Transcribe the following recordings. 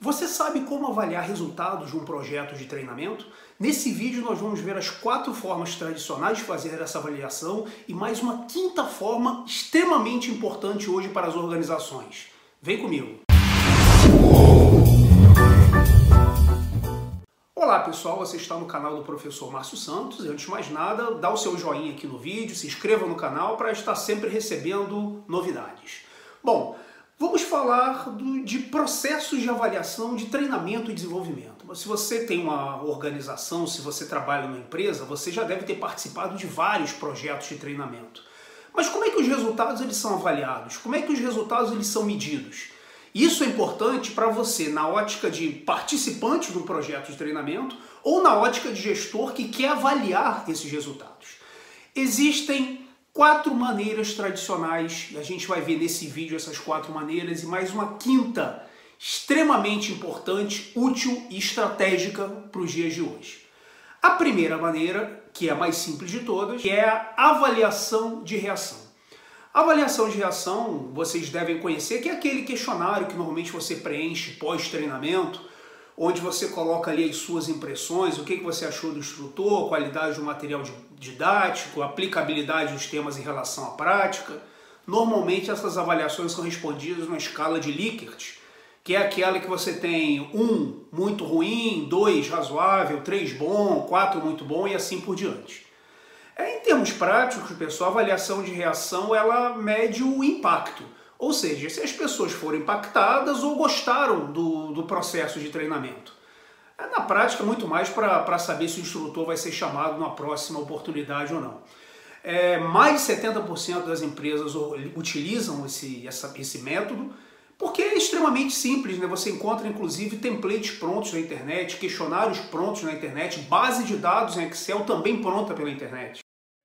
Você sabe como avaliar resultados de um projeto de treinamento? Nesse vídeo nós vamos ver as 4 formas tradicionais de fazer essa avaliação e mais uma quinta forma extremamente importante hoje para as organizações. Vem comigo! Olá pessoal, você está no canal do Professor Márcio Santos e antes de mais nada, dá o seu joinha aqui no vídeo, se inscreva no canal para estar sempre recebendo novidades. Bom, vamos falar de processos de avaliação de treinamento e desenvolvimento. Mas se você tem uma organização, se você trabalha numa empresa, você já deve ter participado de vários projetos de treinamento. Mas como é que os resultados eles são avaliados? Como é que os resultados eles são medidos? Isso é importante para você na ótica de participante do projeto de treinamento ou na ótica de gestor que quer avaliar esses resultados. Existem 4 maneiras tradicionais, e a gente vai ver nesse vídeo essas 4 maneiras, e mais uma quinta, extremamente importante, útil e estratégica para os dias de hoje. A primeira maneira, que é a mais simples de todas, é a avaliação de reação. A avaliação de reação, vocês devem conhecer, que é aquele questionário que normalmente você preenche pós-treinamento, onde você coloca ali as suas impressões, o que você achou do instrutor, qualidade do material didático, aplicabilidade dos temas em relação à prática. Normalmente essas avaliações são respondidas numa escala de Likert, que é aquela que você tem 1 muito ruim, 2 razoável, 3 bom, 4 muito bom e assim por diante. Em termos práticos, pessoal, a avaliação de reação ela mede o impacto. Ou seja, se as pessoas foram impactadas ou gostaram do processo de treinamento. Na prática, muito mais para saber se o instrutor vai ser chamado numa próxima oportunidade ou não. Mais de 70% das empresas utilizam esse método porque é extremamente simples, né? Você encontra inclusive templates prontos na internet, questionários prontos na internet, base de dados em Excel também pronta pela internet.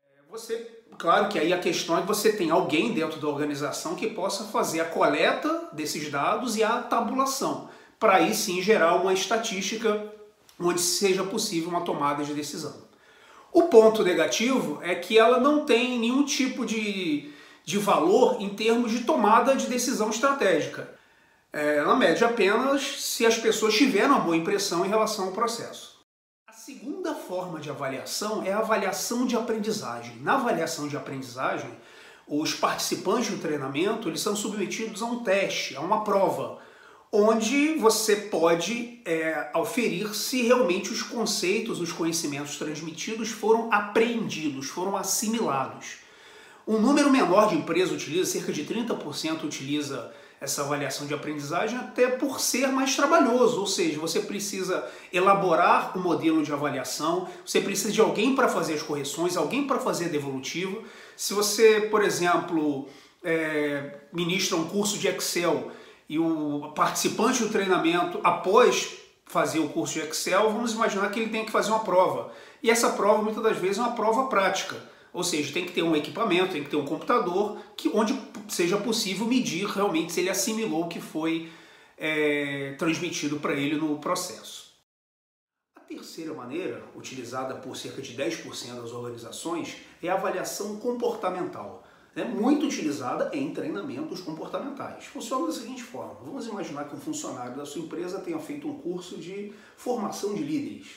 Claro que aí a questão é que você tem alguém dentro da organização que possa fazer a coleta desses dados e a tabulação, para aí sim gerar uma estatística onde seja possível uma tomada de decisão. O ponto negativo é que ela não tem nenhum tipo de valor em termos de tomada de decisão estratégica. Ela mede apenas se as pessoas tiveram uma boa impressão em relação ao processo. A segunda forma de avaliação é a avaliação de aprendizagem. Na avaliação de aprendizagem, os participantes do treinamento eles são submetidos a um teste, a uma prova, onde você pode aferir se realmente os conceitos, os conhecimentos transmitidos foram apreendidos, foram assimilados. Um número menor de empresas utiliza, cerca de 30% utiliza essa avaliação de aprendizagem, até por ser mais trabalhoso, ou seja, você precisa elaborar um modelo de avaliação, você precisa de alguém para fazer as correções, alguém para fazer a devolutiva. Se você, por exemplo, ministra um curso de Excel e o participante do treinamento, após fazer o curso de Excel, vamos imaginar que ele tem que fazer uma prova. E essa prova, muitas das vezes, é uma prova prática. Ou seja, tem que ter um equipamento, tem que ter um computador, onde seja possível medir realmente se ele assimilou o que foi transmitido para ele no processo. A terceira maneira, utilizada por cerca de 10% das organizações, é a avaliação comportamental. É muito utilizada em treinamentos comportamentais. Funciona da seguinte forma: vamos imaginar que um funcionário da sua empresa tenha feito um curso de formação de líderes.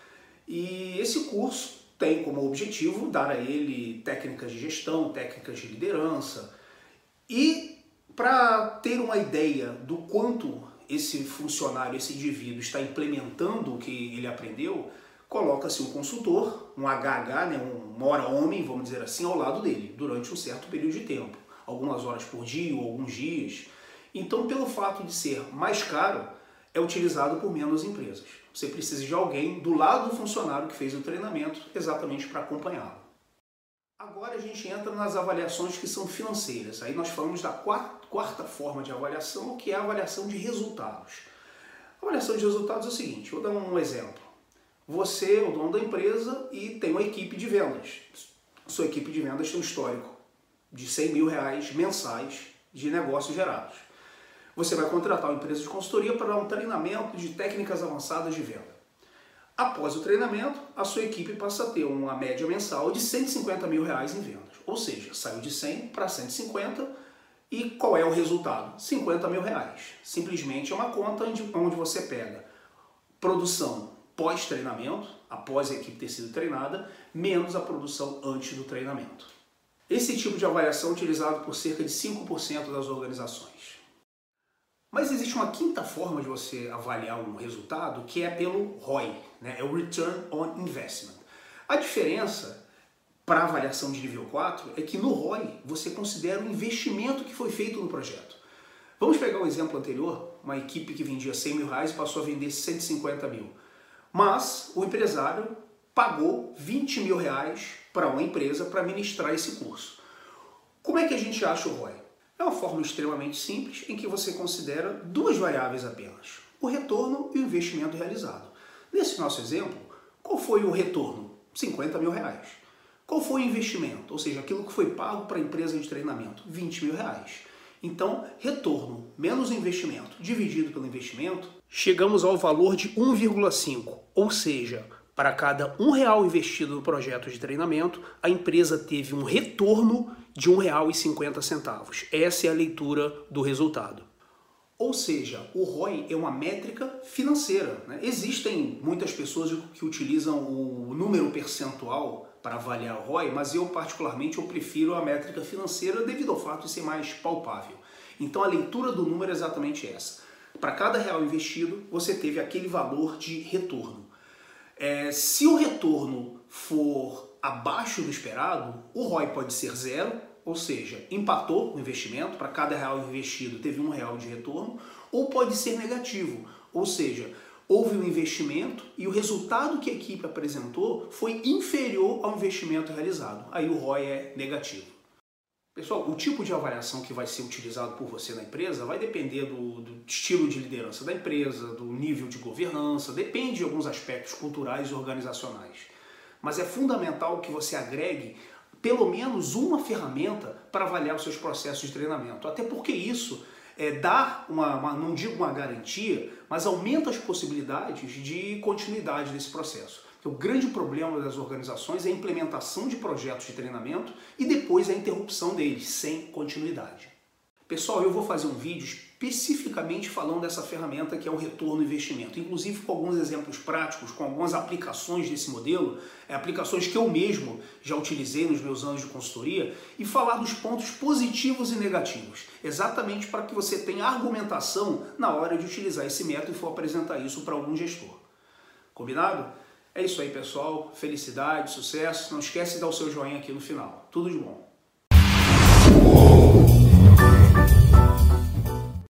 E esse curso tem como objetivo dar a ele técnicas de gestão, técnicas de liderança. E para ter uma ideia do quanto esse funcionário, esse indivíduo está implementando o que ele aprendeu, coloca-se um consultor, um HH, né, um mora-homem, vamos dizer assim, ao lado dele, durante um certo período de tempo, algumas horas por dia ou alguns dias. Então, pelo fato de ser mais caro, é utilizado por menos empresas. Você precisa de alguém do lado do funcionário que fez o treinamento exatamente para acompanhá-lo. Agora a gente entra nas avaliações que são financeiras. Aí nós falamos da quarta forma de avaliação, que é a avaliação de resultados. A avaliação de resultados é o seguinte, vou dar um exemplo. Você é o dono da empresa e tem uma equipe de vendas. Sua equipe de vendas tem um histórico de R$100 mil mensais de negócios gerados. Você vai contratar uma empresa de consultoria para dar um treinamento de técnicas avançadas de venda. Após o treinamento, a sua equipe passa a ter uma média mensal de R$150 mil em vendas. Ou seja, saiu de 100 para 150 E qual é o resultado? 50 mil reais. Simplesmente é uma conta onde você pega produção pós-treinamento, após a equipe ter sido treinada, menos a produção antes do treinamento. Esse tipo de avaliação é utilizado por cerca de 5% das organizações. Mas existe uma quinta forma de você avaliar um resultado, que é pelo ROI, né? É o Return on Investment. A diferença para a avaliação de nível 4 é que no ROI você considera o investimento que foi feito no projeto. Vamos pegar o exemplo anterior, uma equipe que vendia 100 mil reais e passou a vender 150 mil. Mas o empresário pagou 20 mil reais para uma empresa para ministrar esse curso. Como é que a gente acha o ROI? É uma fórmula extremamente simples em que você considera duas variáveis apenas, o retorno e o investimento realizado. Nesse nosso exemplo, qual foi o retorno? 50 mil reais. Qual foi o investimento? Ou seja, aquilo que foi pago para a empresa de treinamento? 20 mil reais. Então, retorno menos o investimento dividido pelo investimento, chegamos ao valor de 1,5, ou seja, para cada R$1 investido no projeto de treinamento, a empresa teve um retorno de R$1,50. Essa é a leitura do resultado. Ou seja, o ROI é uma métrica financeira, né? Existem muitas pessoas que utilizam o número percentual para avaliar o ROI, mas eu particularmente prefiro a métrica financeira devido ao fato de ser mais palpável. Então a leitura do número é exatamente essa. Para cada real investido, você teve aquele valor de retorno. Se o retorno for abaixo do esperado, o ROI pode ser zero, ou seja, empatou o investimento, para cada real investido teve R$1 de retorno, ou pode ser negativo, ou seja, houve um investimento e o resultado que a equipe apresentou foi inferior ao investimento realizado. Aí o ROI é negativo. Pessoal, o tipo de avaliação que vai ser utilizado por você na empresa vai depender do estilo de liderança da empresa, do nível de governança, depende de alguns aspectos culturais e organizacionais. Mas é fundamental que você agregue pelo menos uma ferramenta para avaliar os seus processos de treinamento. Até porque isso dá não digo uma garantia, mas aumenta as possibilidades de continuidade desse processo. O grande problema das organizações é a implementação de projetos de treinamento e depois a interrupção deles, sem continuidade. Pessoal, eu vou fazer um vídeo especificamente falando dessa ferramenta que é o retorno e investimento, inclusive com alguns exemplos práticos, com algumas aplicações desse modelo, aplicações que eu mesmo já utilizei nos meus anos de consultoria, e falar dos pontos positivos e negativos, exatamente para que você tenha argumentação na hora de utilizar esse método e for apresentar isso para algum gestor. Combinado? É isso aí, pessoal. Felicidade, sucesso. Não esquece de dar o seu joinha aqui no final. Tudo de bom.